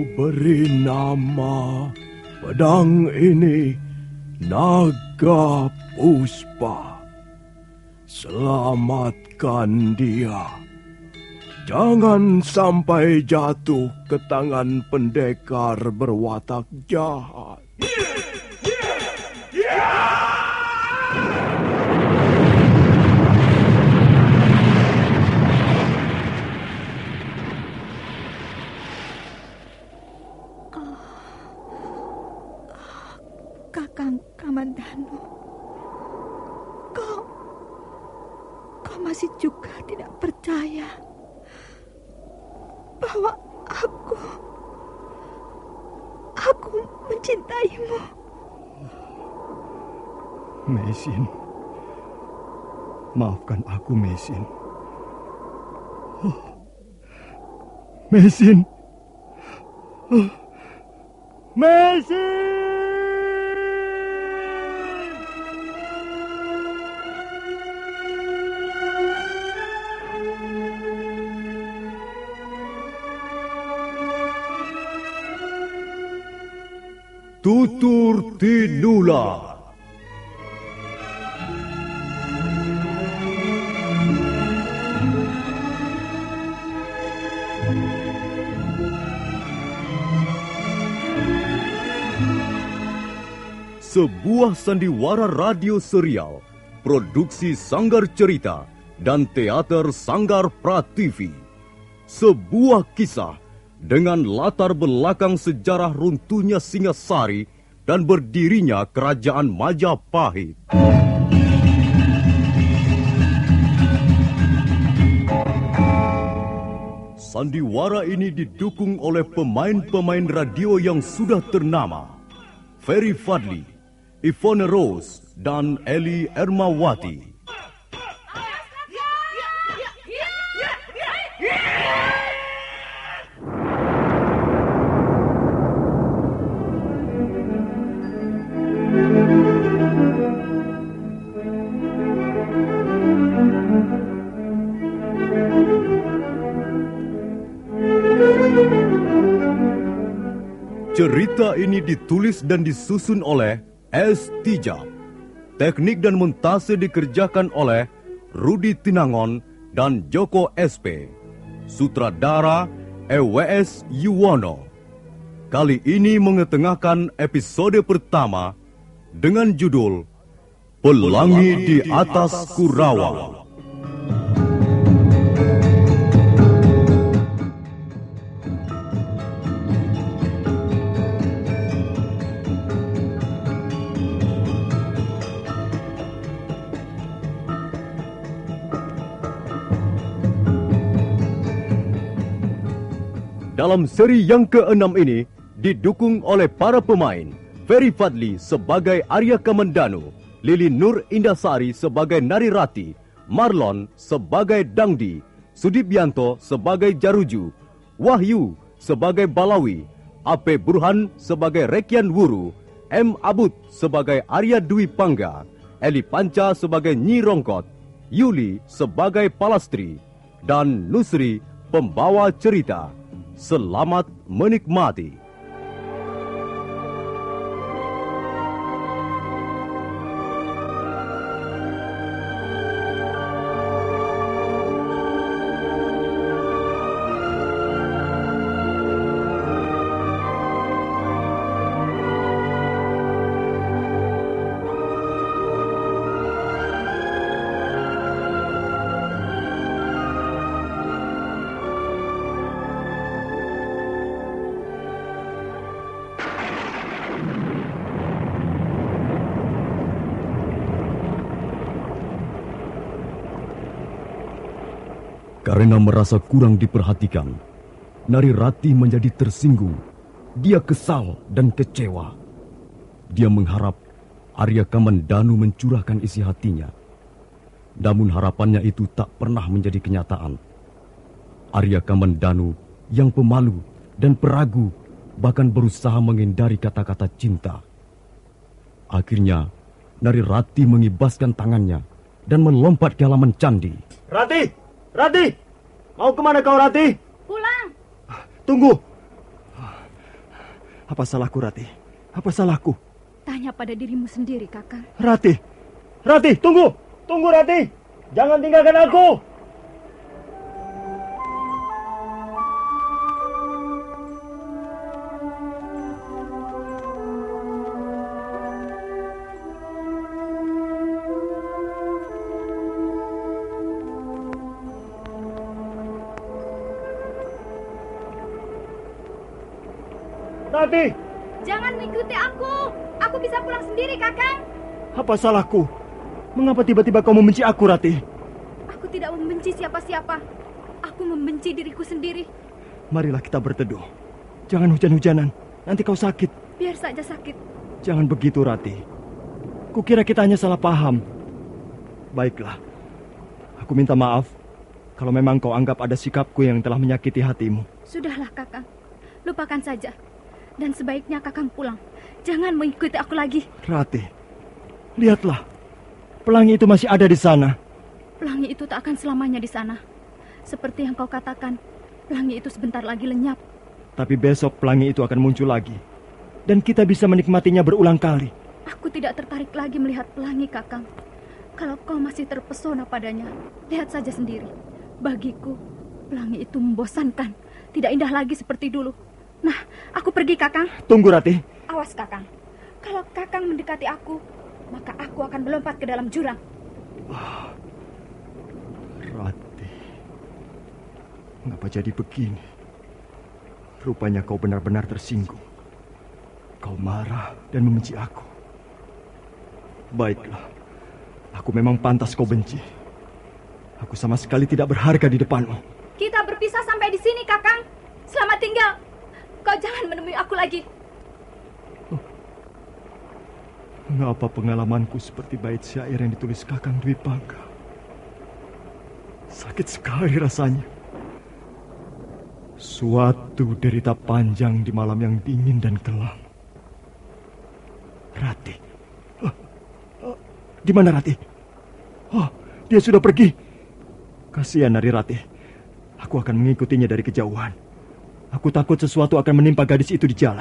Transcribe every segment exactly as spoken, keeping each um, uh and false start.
beri nama pedang ini Naga Puspa. Selamatkan dia. Jangan sampai jatuh ke tangan pendekar berwatak jahat. Kakang Kamandanu, kau, kau masih juga tidak percaya bahwa aku, aku mencintaimu. Mesin, maafkan aku, Mesin. Oh, Mesin, oh, Mesin. Tutur Tinula. Sebuah sandiwara radio serial, produksi Sanggar Cerita dan Teater Sanggar Prativi. Sebuah kisah dengan latar belakang sejarah runtuhnya Singasari dan berdirinya Kerajaan Majapahit. Sandiwara ini didukung oleh pemain-pemain radio yang sudah ternama. Ferry Fadli, Ivone Rose, dan Eli Ermawati. Cerita ini ditulis dan disusun oleh S. Tijab. Teknik dan montase dikerjakan oleh Rudi Tinangon dan Joko S P. Sutradara E W S Yuwono. Kali ini mengetengahkan episode pertama dengan judul Pelangi di Atas Kurawa. Dalam seri yang keenam ini didukung oleh para pemain Ferry Fadli sebagai Arya Kamandanu, Lili Nur Indasari sebagai Narirati, Marlon sebagai Dangdi, Sudibianto sebagai Jaruju, Wahyu sebagai Balawi, A P Burhan sebagai Rekian Wuru, M. Abud sebagai Arya Dwi Pangga, Eli Panca sebagai Nyi Rongkot, Yuli sebagai Palastri, dan Nusri pembawa cerita. Selamat menikmati. Karena merasa kurang diperhatikan, Narirati menjadi tersinggung. Dia kesal dan kecewa. Dia mengharap Arya Kamandanu mencurahkan isi hatinya. Namun harapannya itu tak pernah menjadi kenyataan. Arya Kamandanu yang pemalu dan peragu bahkan berusaha menghindari kata-kata cinta. Akhirnya, Narirati mengibaskan tangannya dan melompat ke halaman candi. Rati! Rati! Mau kemana kau, Rati? Pulang. Tunggu. Apa salahku, Ratih? Apa salahku? Tanya pada dirimu sendiri, Kakang. Ratih! Ratih, tunggu! Tunggu, Ratih! Jangan tinggalkan aku! Ratih! Jangan mengikuti aku. Aku bisa pulang sendiri, Kakang. Apa salahku? Mengapa tiba-tiba kau membenci aku, Ratih? Aku tidak membenci siapa-siapa. Aku membenci diriku sendiri. Marilah kita berteduh. Jangan hujan-hujanan. Nanti kau sakit. Biar saja sakit. Jangan begitu, Ratih. Kukira kita hanya salah paham. Baiklah. Aku minta maaf kalau memang kau anggap ada sikapku yang telah menyakiti hatimu. Sudahlah, Kakang. Lupakan saja. Dan sebaiknya Kakang pulang. Jangan mengikuti aku lagi. Ratih, lihatlah. Pelangi itu masih ada di sana. Pelangi itu tak akan selamanya di sana. Seperti yang kau katakan, pelangi itu sebentar lagi lenyap. Tapi besok pelangi itu akan muncul lagi. Dan kita bisa menikmatinya berulang kali. Aku tidak tertarik lagi melihat pelangi, Kakang. Kalau kau masih terpesona padanya, lihat saja sendiri. Bagiku, pelangi itu membosankan. Tidak indah lagi seperti dulu. Nah, aku pergi, Kakang. Tunggu, Ratih. Awas, Kakang. Kalau Kakang mendekati aku, maka aku akan melompat ke dalam jurang. Oh, Ratih, mengapa jadi begini? Rupanya kau benar-benar tersinggung. Kau marah dan membenci aku. Baiklah, aku memang pantas kau benci. Aku sama sekali tidak berharga di depanmu. Kita berpisah sampai di sini, Kakang. Selamat tinggal. Kau jangan menemui aku lagi. Oh. Mengapa pengalamanku seperti bait syair yang ditulis Kakang Dwi Pangga? Sakit sekali rasanya. Suatu derita panjang di malam yang dingin dan kelam. Ratih. Oh, oh, di mana Ratih? Oh, dia sudah pergi. Kasihan Nari Ratih. Aku akan mengikutinya dari kejauhan. Aku takut sesuatu akan menimpa gadis itu di jalan.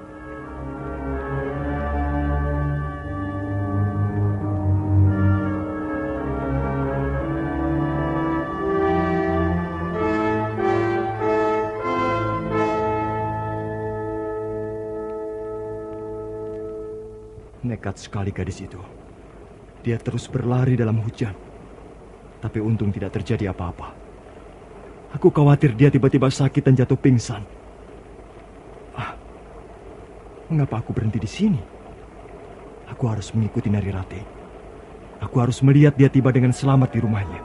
Nekat sekali gadis itu. Dia terus berlari dalam hujan. Tapi untung tidak terjadi apa-apa. Aku khawatir dia tiba-tiba sakit dan jatuh pingsan. Ah, mengapa aku berhenti di sini? Aku harus mengikuti Nari Ratih. Aku harus melihat dia tiba dengan selamat di rumahnya.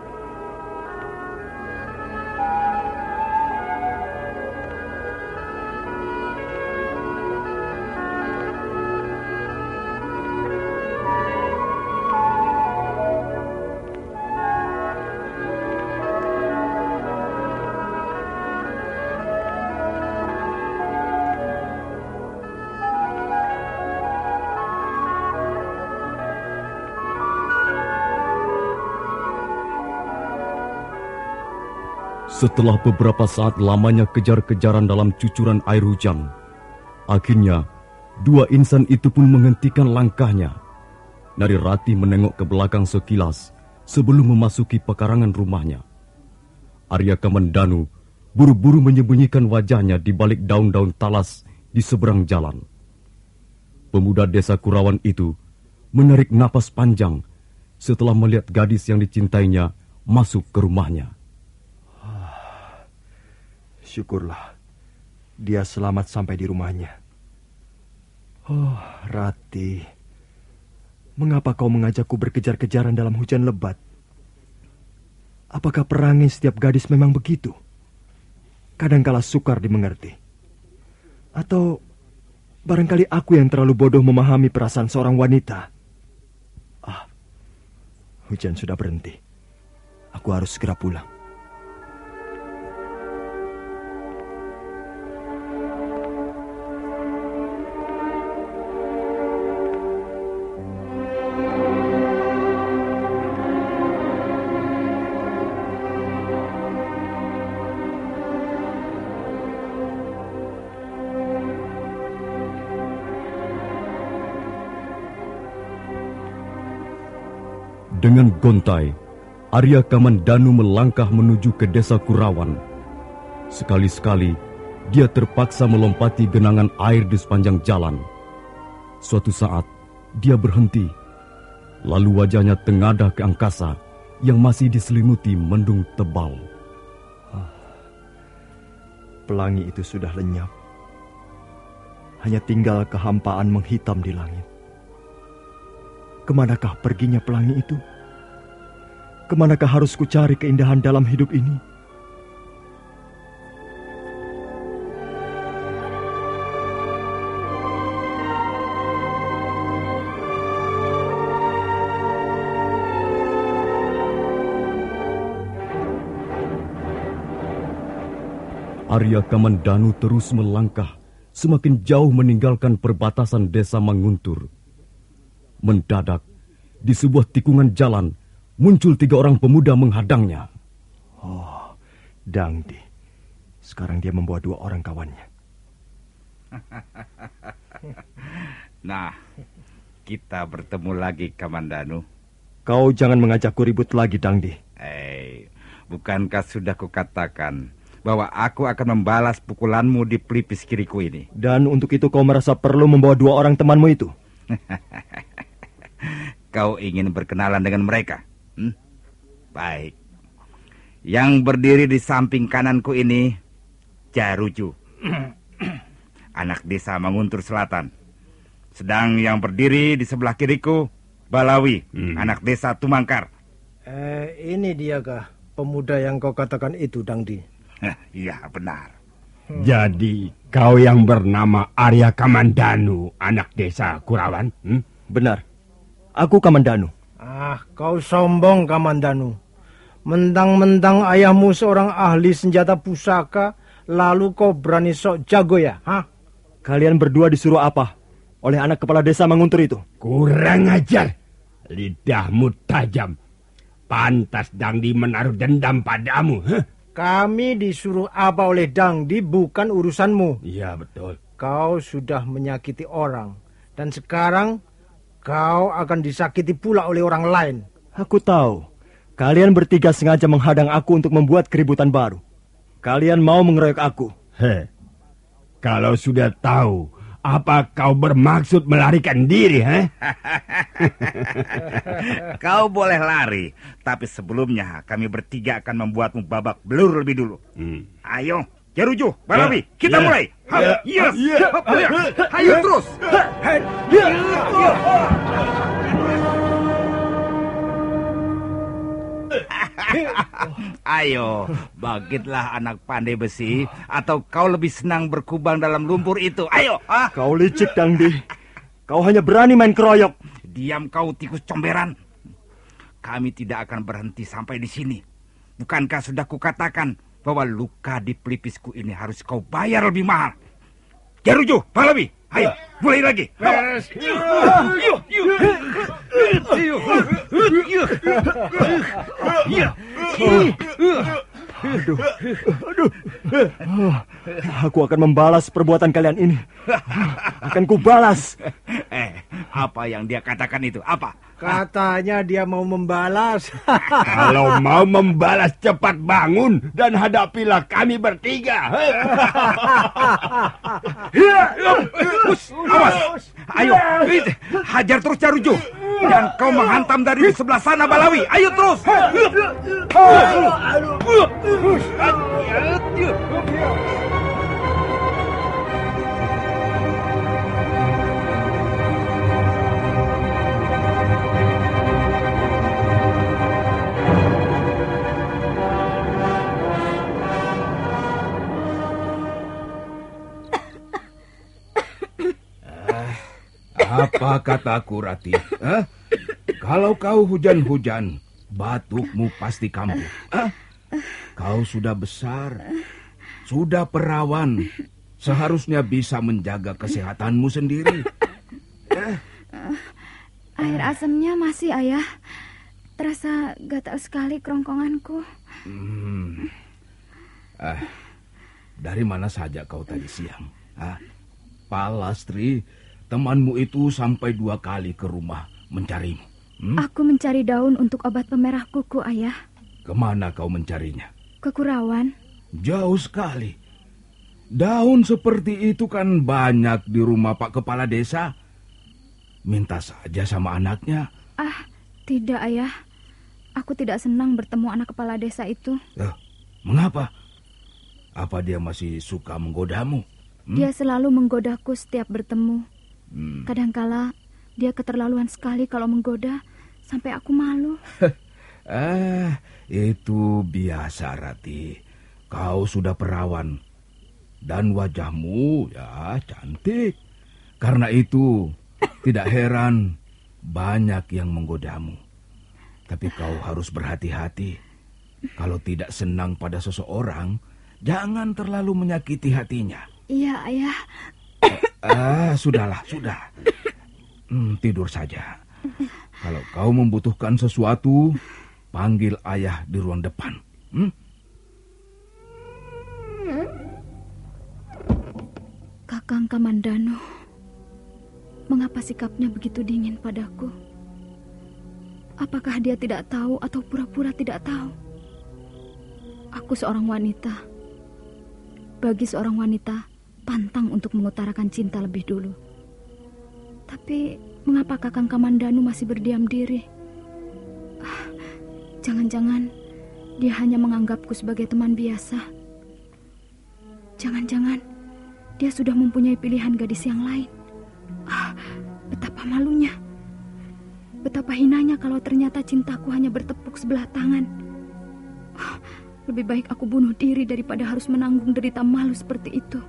Setelah beberapa saat lamanya kejar-kejaran dalam cucuran air hujan, akhirnya dua insan itu pun menghentikan langkahnya. Nari Ratih menengok ke belakang sekilas sebelum memasuki pekarangan rumahnya. Arya Kamandanu buru-buru menyembunyikan wajahnya di balik daun-daun talas di seberang jalan. Pemuda desa Kurawan itu menarik napas panjang setelah melihat gadis yang dicintainya masuk ke rumahnya. Syukurlah, dia selamat sampai di rumahnya. Oh, Ratih, mengapa kau mengajakku berkejar-kejaran dalam hujan lebat? Apakah perangai setiap gadis memang begitu? Kadangkala sukar dimengerti. Atau barangkali aku yang terlalu bodoh memahami perasaan seorang wanita. Ah, hujan sudah berhenti. Aku harus segera pulang. Dengan gontai, Arya Kamandanu melangkah menuju ke desa Kurawan. Sekali-sekali, dia terpaksa melompati genangan air di sepanjang jalan. Suatu saat, dia berhenti. Lalu wajahnya tengadah ke angkasa yang masih diselimuti mendung tebal. Ah, pelangi itu sudah lenyap. Hanya tinggal kehampaan menghitam di langit. Kemanakah perginya pelangi itu? Kemanakah harus kucari keindahan dalam hidup ini? Arya Kamandanu terus melangkah, semakin jauh meninggalkan perbatasan desa Manguntur. Mendadak, di sebuah tikungan jalan, muncul tiga orang pemuda menghadangnya. Oh, Dangdi. Sekarang dia membawa dua orang kawannya. Nah, kita bertemu lagi, Kamandanu. Kau jangan mengajakku ribut lagi, Dangdi. Eh, bukankah sudah kukatakan bahwa aku akan membalas pukulanmu di pelipis kiriku ini? Dan untuk itu kau merasa perlu membawa dua orang temanmu itu? Kau ingin berkenalan dengan mereka? Hmm? Baik. Yang berdiri di samping kananku ini Jaruju, anak desa Manguntur Selatan. Sedang yang berdiri di sebelah kiriku Balawi, hmm. anak desa Tumangkar. Eh, ini diakah pemuda yang kau katakan itu, Dangdi? Iya, benar. Hmm. Jadi kau yang bernama Arya Kamandanu, anak desa Kurawan? Hmm? Benar. Aku Kamandanu. Ah, kau sombong, Kamandanu. Mentang-mentang ayahmu seorang ahli senjata pusaka, lalu kau berani sok jago ya? Hah? Kalian berdua disuruh apa oleh anak kepala desa Manguntur itu? Kurang ajar. Lidahmu tajam. Pantas Dangdi menaruh dendam padamu. Huh? Kami disuruh apa oleh Dangdi bukan urusanmu. Iya, betul. Kau sudah menyakiti orang. Dan sekarang kau akan disakiti pula oleh orang lain. Aku tahu. Kalian bertiga sengaja menghadang aku untuk membuat keributan baru. Kalian mau mengeroyok aku. Heh. Kalau sudah tahu, apa kau bermaksud melarikan diri, heh? Kau boleh lari, tapi sebelumnya kami bertiga akan membuatmu babak belur lebih dulu. Hmm. Ayo, Jaruju, Balawi, ya, kita ya, mulai. Ya, yes, ya, ya, ayo terus. Ya, ya. Ayo, bangkitlah anak pandai besi, atau kau lebih senang berkubang dalam lumpur itu. Ayo. Ah. Kau licik, Dangdi. Kau hanya berani main keroyok. Diam kau, tikus comberan. Kami tidak akan berhenti sampai di sini. Bukankah sudah kukatakan bahwa luka di pelipisku ini harus kau bayar lebih mahal? Jaruju, Balawi, ayo, mulai lagi. Aduh, aduh. Oh, aku akan membalas perbuatan kalian ini. Akan kubalas. Eh, apa yang dia katakan itu? Apa? Katanya dia mau membalas. Kalau mau membalas, cepat bangun dan hadapilah kami bertiga. Awas, ayo, hajar terus Jaruju. Dan kau menghantam dari sebelah sana, Balawi. Ayo terus. Apa kataku, Rati? Hah? Kalau kau hujan-hujan, batukmu pasti kambuh. Hah? Kau sudah besar, sudah perawan, seharusnya bisa menjaga kesehatanmu sendiri. Eh? Air asamnya masih, Ayah. Terasa gatal sekali kerongkonganku. Hmm. Ah, dari mana saja kau tadi siang? Ah, Palastri, temanmu itu sampai dua kali ke rumah mencarimu. Hmm? Aku mencari daun untuk obat pemerah kuku, Ayah. Kemana kau mencarinya? Ke Kurawan. Jauh sekali. Daun seperti itu kan banyak di rumah Pak Kepala Desa. Minta saja sama anaknya. Ah, tidak, Ayah. Aku tidak senang bertemu anak kepala desa itu. Eh, mengapa? Apa dia masih suka menggodamu? Hmm? Dia selalu menggodaku setiap bertemu. Hmm. Kadangkala dia keterlaluan sekali kalau menggoda, sampai aku malu. Ah, itu biasa, Rati. Kau sudah perawan. Dan wajahmu ya cantik. Karena itu tidak heran banyak yang menggodamu. Tapi kau harus berhati-hati. Kalau tidak senang pada seseorang, jangan terlalu menyakiti hatinya. Iya, Ayah. Ah, sudahlah, sudah. Hmm, tidur saja. Kalau kau membutuhkan sesuatu, panggil ayah di ruang depan. Hmm? Kakang Kamandanu, mengapa sikapnya begitu dingin padaku? Apakah dia tidak tahu atau pura-pura tidak tahu? Aku seorang wanita. Bagi seorang wanita, pantang untuk mengutarakan cinta lebih dulu. Tapi mengapa Kakang Kamandanu masih berdiam diri? Ah, jangan-jangan dia hanya menganggapku sebagai teman biasa. Jangan-jangan dia sudah mempunyai pilihan gadis yang lain. Ah, betapa malunya. Betapa hinanya kalau ternyata cintaku hanya bertepuk sebelah tangan. Ah, lebih baik aku bunuh diri daripada harus menanggung derita malu seperti itu.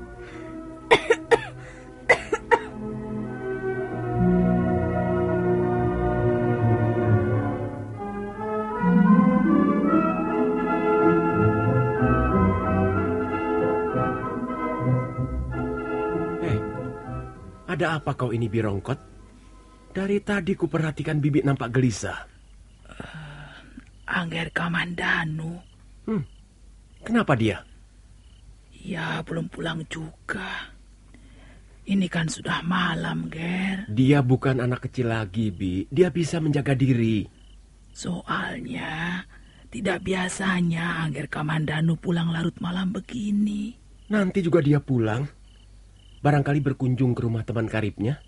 Ada apa kau ini, Birongkot? Dari tadi ku perhatikan Bibi nampak gelisah. Uh, Angger Kamandanu. Hmm, kenapa dia? Ya, belum pulang juga. Ini kan sudah malam, Ger. Dia bukan anak kecil lagi, Bi. Dia bisa menjaga diri. Soalnya, tidak biasanya Angger Kamandanu pulang larut malam begini. Nanti juga dia pulang. Barangkali berkunjung ke rumah teman karibnya.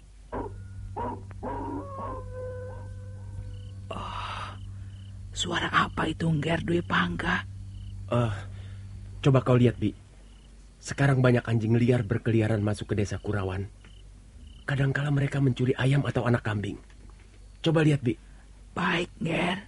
Oh, suara apa itu, Nger Dwi Pangga? Uh, coba kau lihat, Bi. Sekarang banyak anjing liar berkeliaran masuk ke desa Kurawan. Kadangkala mereka mencuri ayam atau anak kambing. Coba lihat, Bi. Baik, Nger.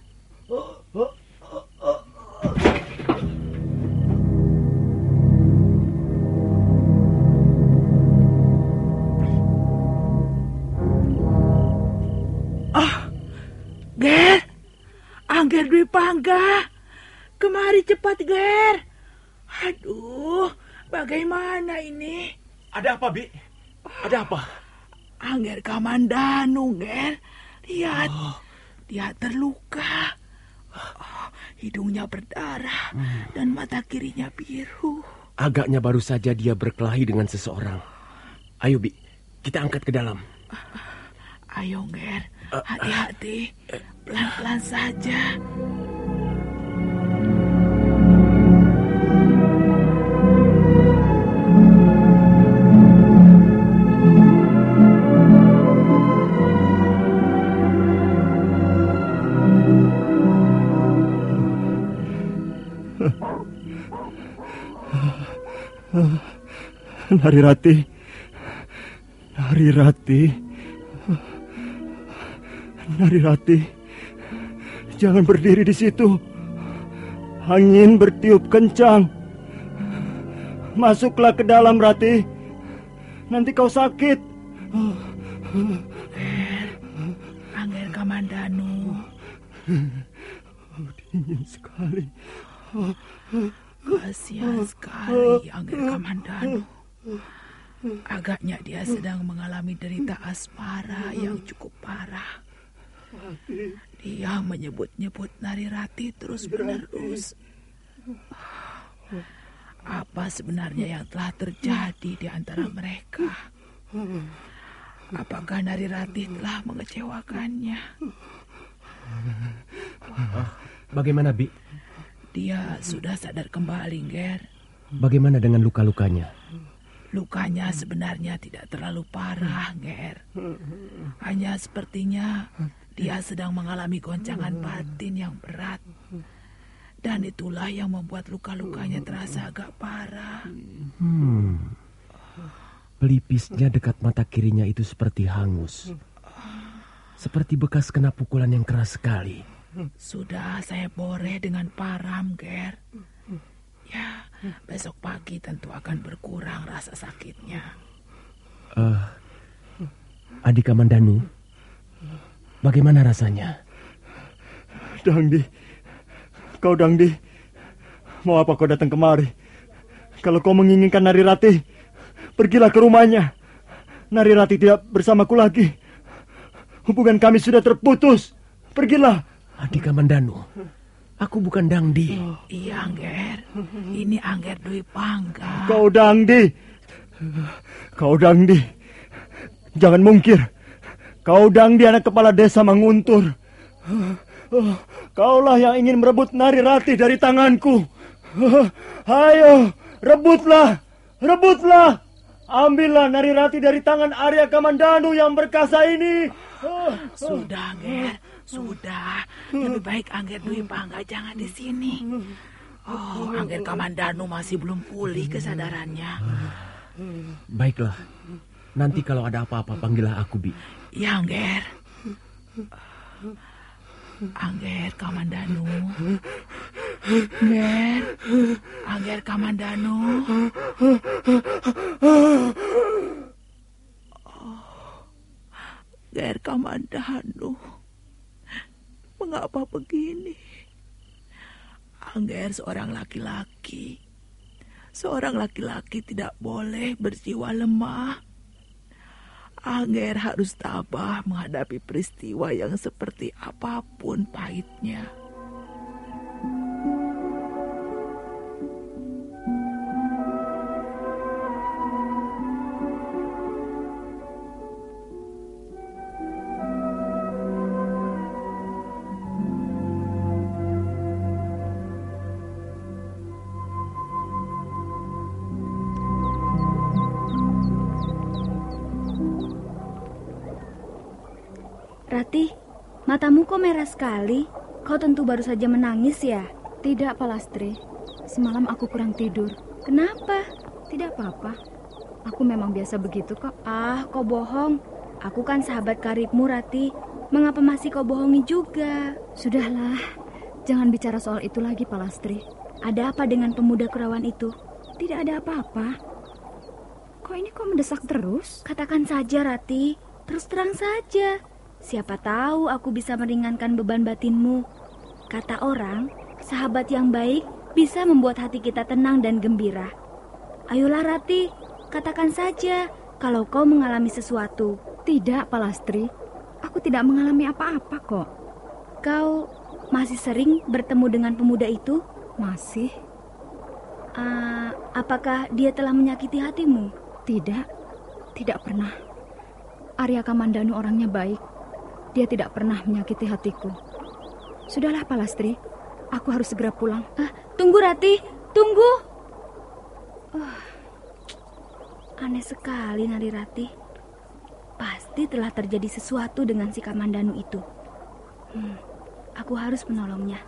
Ger, Angger Dwi Pangga, kemari cepat, Ger. Aduh, bagaimana ini? Ada apa, Bi? Ada apa? Angger Kamandanu, Ger. Lihat, oh. Dia terluka. Oh, hidungnya berdarah hmm. dan mata kirinya biru. Agaknya baru saja dia berkelahi dengan seseorang. Ayo, Bi, kita angkat ke dalam. Ayo, Ger. Hati-hati, pelan-pelan saja. Narirati, Narirati. Narirati, jangan berdiri di situ. Angin bertiup kencang. Masuklah ke dalam, Rati. Nanti kau sakit. Ger, Angger Kamandanu. Dingin sekali. Kasihan sekali Angger Kamandanu. Agaknya dia sedang mengalami derita asmara yang cukup parah. Dia menyebut-nyebut Narirati terus-menerus. Apa sebenarnya yang telah terjadi di antara mereka? Apakah Narirati telah mengecewakannya? Oh, bagaimana, Bi? Dia sudah sadar kembali, Ger. Bagaimana dengan luka-lukanya? Lukanya sebenarnya tidak terlalu parah, Ger. Hanya sepertinya dia sedang mengalami goncangan batin yang berat. Dan itulah yang membuat luka-lukanya terasa agak parah. Hmm. Pelipisnya dekat mata kirinya itu seperti hangus. Seperti bekas kena pukulan yang keras sekali. Sudah saya boreh dengan param, Ger. Ya, besok pagi tentu akan berkurang rasa sakitnya. Uh, Adik Kamandanu, bagaimana rasanya? Dangdi, kau Dangdi, mau apa kau datang kemari? Kalau kau menginginkan Narirati, pergilah ke rumahnya. Narirati tidak bersamaku lagi. Hubungan kami sudah terputus. Pergilah. Adik Kamandanu, aku bukan Dangdi. Iya, Angger. Ini Angger Dwi Pangga. Kau Dangdi. Kau Dangdi. Jangan mungkir. Kau Dangdi, anak kepala desa Manguntur. Kaulah yang ingin merebut Narirati dari tanganku. Ayo, rebutlah. Rebutlah. Ambillah Narirati dari tangan Arya Kamandanu yang berkasa ini. Sudah, Angger. Sudah. Lebih baik Angger Dwi Pangga jangan di sini. Oh, Angger Kamandanu masih belum pulih kesadarannya. Baiklah. Nanti kalau ada apa-apa panggillah aku, Bi. Ya, Angger. Angger Kamandanu. Angger. Angger Kamandanu. Angger Kamandanu. Mengapa begini? Angger seorang laki-laki. Seorang laki-laki tidak boleh berjiwa lemah. Angger harus tabah menghadapi peristiwa yang seperti apapun pahitnya. Rati, matamu kok merah sekali? Kau tentu baru saja menangis ya? Tidak, Palastri. Semalam aku kurang tidur. Kenapa? Tidak apa-apa. Aku memang biasa begitu kok. Ah, kau bohong. Aku kan sahabat karibmu, Rati. Mengapa masih kau bohongi juga? Sudahlah, jangan bicara soal itu lagi, Palastri. Ada apa dengan pemuda Kurawan itu? Tidak ada apa-apa. Kok ini kok mendesak terus? Katakan saja, Rati. Terus terang saja. Siapa tahu aku bisa meringankan beban batinmu. Kata orang, sahabat yang baik bisa membuat hati kita tenang dan gembira. Ayolah Rati, katakan saja kalau kau mengalami sesuatu. Tidak, Palastri. Aku tidak mengalami apa-apa kok. Kau masih sering bertemu dengan pemuda itu? Masih. Uh, apakah dia telah menyakiti hatimu? Tidak, tidak pernah. Arya Kamandanu orangnya baik. Dia tidak pernah menyakiti hatiku. Sudahlah, Palastri. Aku harus segera pulang. Ah, tunggu, Rati. Tunggu. Oh, aneh sekali, Narirati. Pasti telah terjadi sesuatu dengan si Kamandanu itu. Hmm, aku harus menolongnya.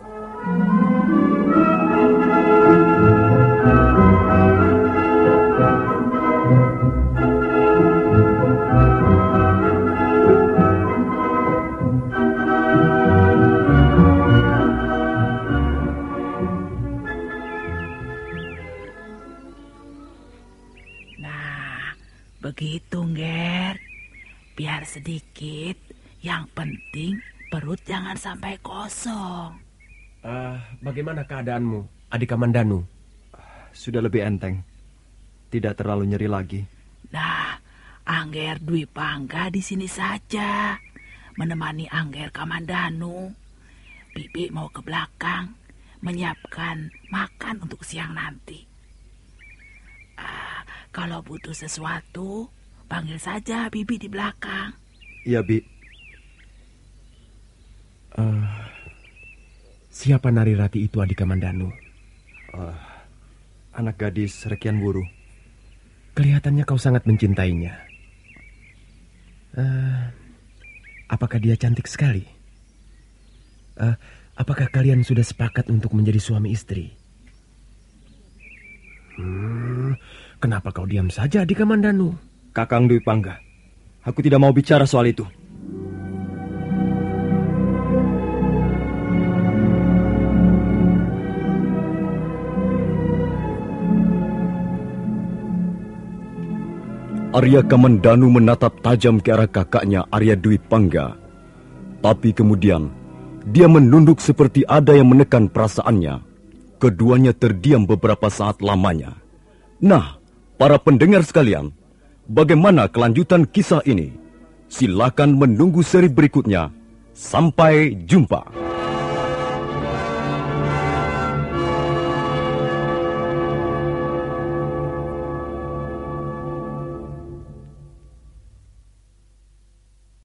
Begitu, Nger. Biar sedikit. Yang penting perut jangan sampai kosong. Uh, bagaimana keadaanmu, Adik Kamandanu? Sudah lebih enteng. Tidak terlalu nyeri lagi. Nah, Angger Dwi Pangga di sini saja. Menemani Angger Kamandanu. Bibi mau ke belakang menyiapkan makan untuk siang nanti. Uh, Kalau butuh sesuatu, panggil saja Bibi di belakang. Iya, Bi. Uh, Siapa Narirati itu, Adi Kamandanu? Uh, anak gadis Rekian Wuru. Kelihatannya kau sangat mencintainya. Uh, apakah dia cantik sekali? Uh, apakah kalian sudah sepakat untuk menjadi suami istri? Hmm, kenapa kau diam saja, Adi Kamandanu? Kakang Dwi Pangga, aku tidak mau bicara soal itu. Arya Kamandanu menatap tajam ke arah kakaknya Arya Dwi Pangga. Tapi kemudian, dia menunduk seperti ada yang menekan perasaannya. Keduanya terdiam beberapa saat lamanya. Nah, para pendengar sekalian, bagaimana kelanjutan kisah ini? Silakan menunggu seri berikutnya. Sampai jumpa.